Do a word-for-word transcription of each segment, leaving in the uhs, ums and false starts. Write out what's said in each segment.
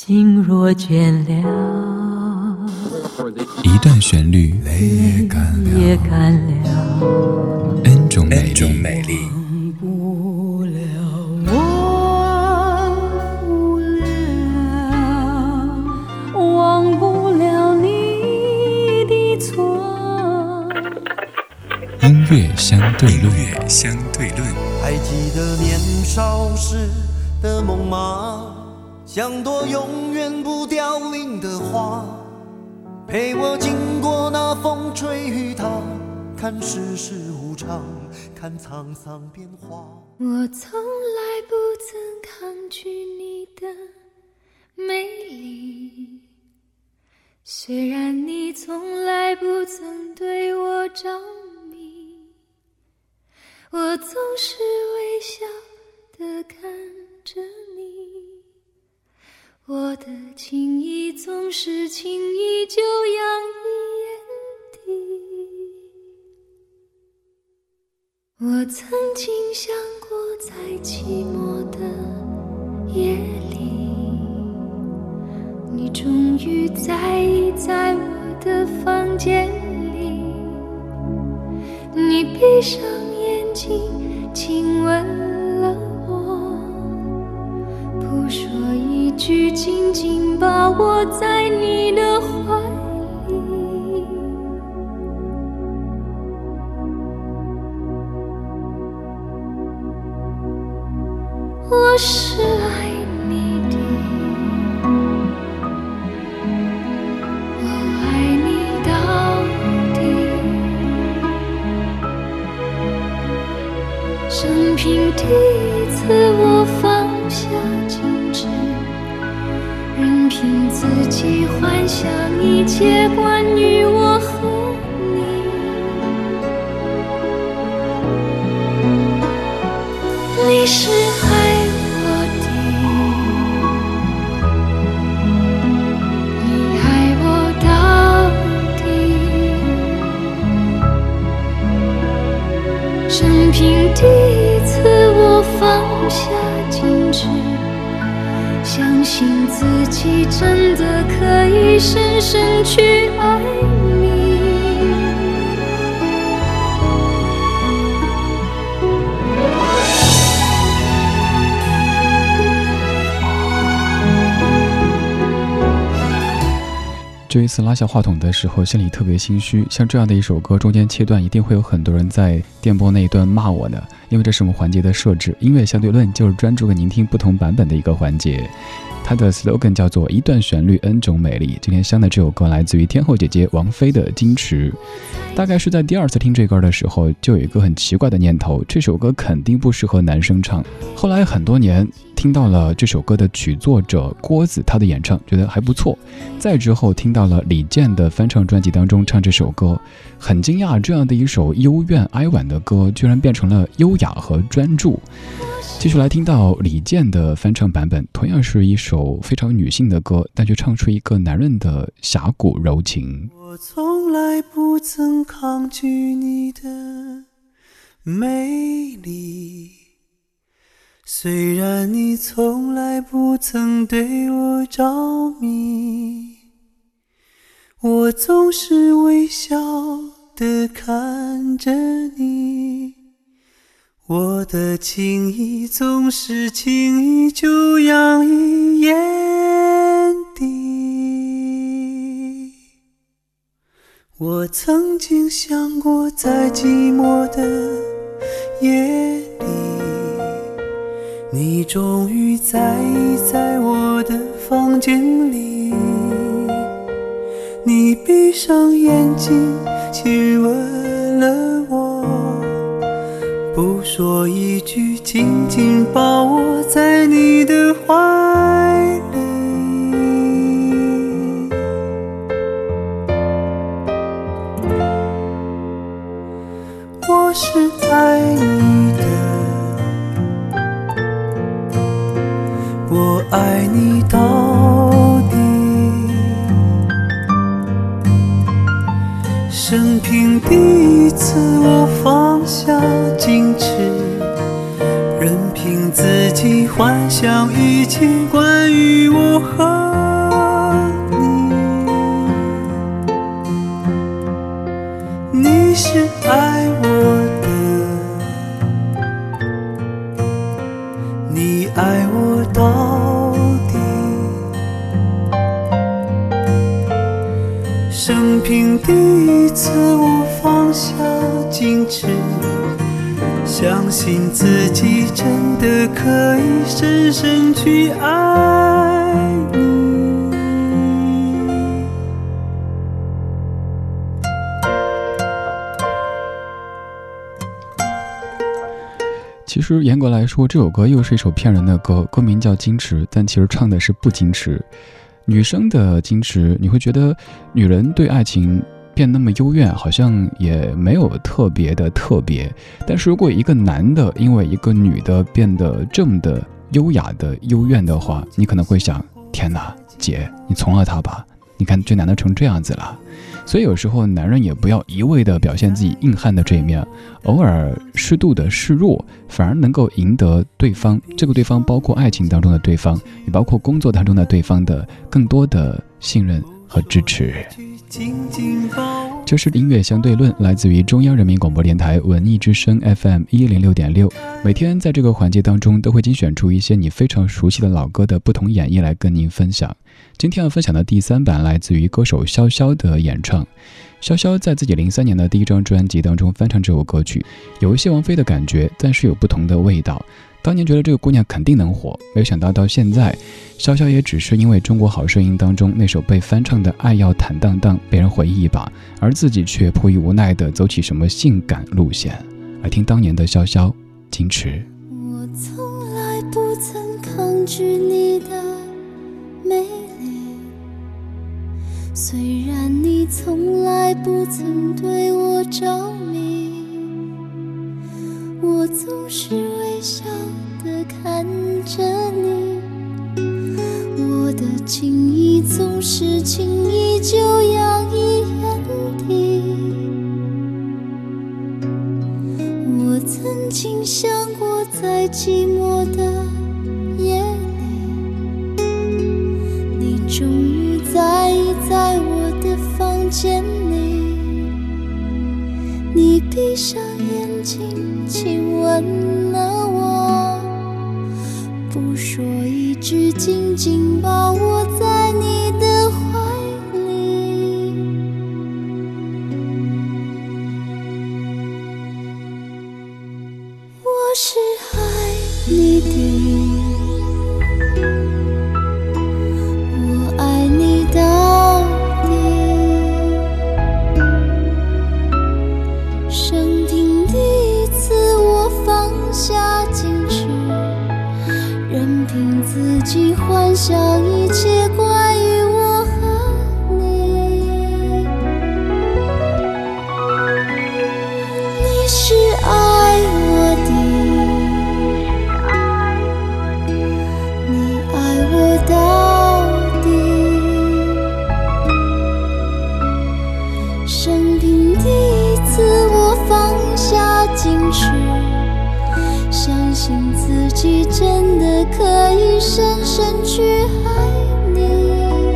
心若倦了， 一段旋律泪也干了， N 种美丽， 忘不了，忘不了你的错。 音乐相对论，音乐相对论。 还记得年少时的梦吗？像朵永远不凋零的花，陪我经过那风吹雨打，看世事无常，看沧桑变化。 我从来不曾抗拒你的美丽，虽然你从来不曾对我着迷，我总是微笑地看着你，我的情意总是轻易就洋溢眼底。我曾经想过，在寂寞的夜里，你终于在意在我的房间里，你闭上眼睛亲吻了我，不说一句，紧紧把我在你的怀里。我是爱你的，我爱你到底，生平第一次我放下矜持，任凭自己幻想一切关于我和你。你是爱我的，你爱我到底，生平第一次我放下矜持，相信自己真的可以深深去爱你。 这一次拉下话筒的时候，心里特别心虚。像这样的一首歌，中间切断，一定会有很多人在电波那一端骂我的，因为这是我们环节的设置。音乐相对论就是专注给您听不同版本的一个环节。它的 slogan 叫做一段旋律 N 种美丽。今天香的这首歌来自于天后姐姐王菲的矜持。大概是在第二次听这歌的时候，就有一个很奇怪的念头，这首歌肯定不适合男生唱。后来很多年听到了这首歌的曲作者郭子他的演唱，觉得还不错。再之后听到了李健的翻唱专辑当中唱这首歌，很惊讶这样的一首幽怨哀婉的歌居然变成了优雅和专注。继续来听到李健的翻唱版本，同样是一首非常女性的歌，但却唱出一个男人的侠骨柔情。 我从来不曾抗拒你的美丽，虽然你从来不曾对我着迷，我总是微笑地看着你，我的情意总是轻易就洋溢眼底。我曾经想过，在寂寞的夜里，你终于在意在我的房间里，你闭上眼睛亲吻了我，不说一句，紧紧抱我在你的怀里。我是爱你的，我爱你到底，生平第一次我放下矜持，任凭自己幻想一生平第一次我放下矜持，相信自己真的可以深深去爱你。 其实严格来说，这首歌又是一首骗人的歌，歌名叫矜持，但其实唱的是不矜持。女生的矜持，你会觉得女人对爱情变那么幽怨，好像也没有特别的特别。但是如果一个男的因为一个女的变得这么的优雅的幽怨的话，你可能会想，天哪，姐，你从了他吧，你看这男的成这样子了。所以有时候男人也不要一味的表现自己硬汉的这一面，偶尔适度的示弱，反而能够赢得对方，这个对方包括爱情当中的对方，也包括工作当中的对方的更多的信任和支持。这是音乐相对论，来自于中央人民广播电台文艺之声 F M 一零六点六。每天在这个环节当中，都会精选出一些你非常熟悉的老歌的不同演绎来跟您分享。今天要分享的第三版来自于歌手潇潇的演唱。潇潇在自己零三年的第一张专辑当中翻唱这首歌曲，有一些王菲的感觉，但是有不同的味道。当年觉得这个姑娘肯定能火，没有想到到现在，潇潇也只是因为《中国好声音》当中那首被翻唱的《爱要坦荡荡》被人回忆一把，而自己却迫于无奈地走起什么性感路线。来听当年的潇潇，矜持。 我从来不曾抗拒你的美丽，虽然你从来不曾对我着迷，我总是微笑地看着你，我的情意总是轻易就洋溢眼底。我曾经想过，在寂寞的夜里，你终于在意在我的房间里，你闭上眼睛亲吻了我，不说一句，紧紧抱我在你的怀里。我是爱你的，我爱你到底。生平第一次我放下矜持，任凭自己幻想一切关于我和你。你是爱我的，你爱我到底。生平第一次我放下矜持，相信自己真的可以深深去爱你。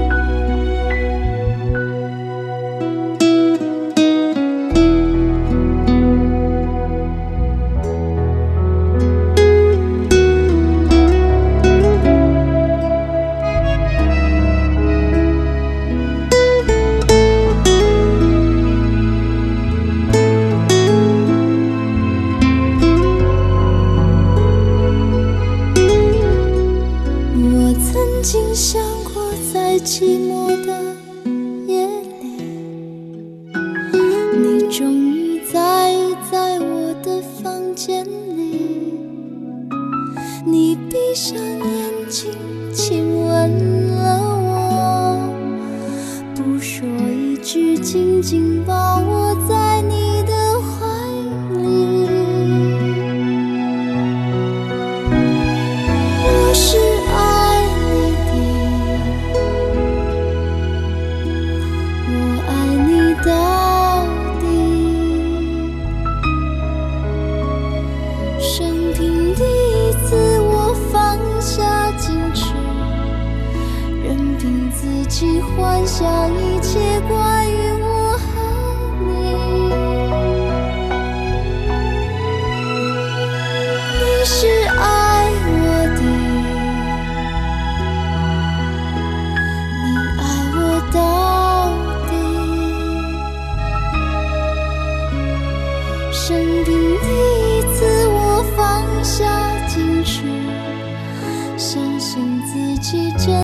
曾经想过，在寂寞的夜里，你终于在意在我的房间里，你闭上眼睛亲吻了我，不说一句，紧紧抱我在你的怀里。我是爱你的，我爱你到底。生平第一次我放下矜持，任凭自己幻想一切关于我和你。你是爱我的，你爱我到底。 生第一次我放下矜持，相信自己真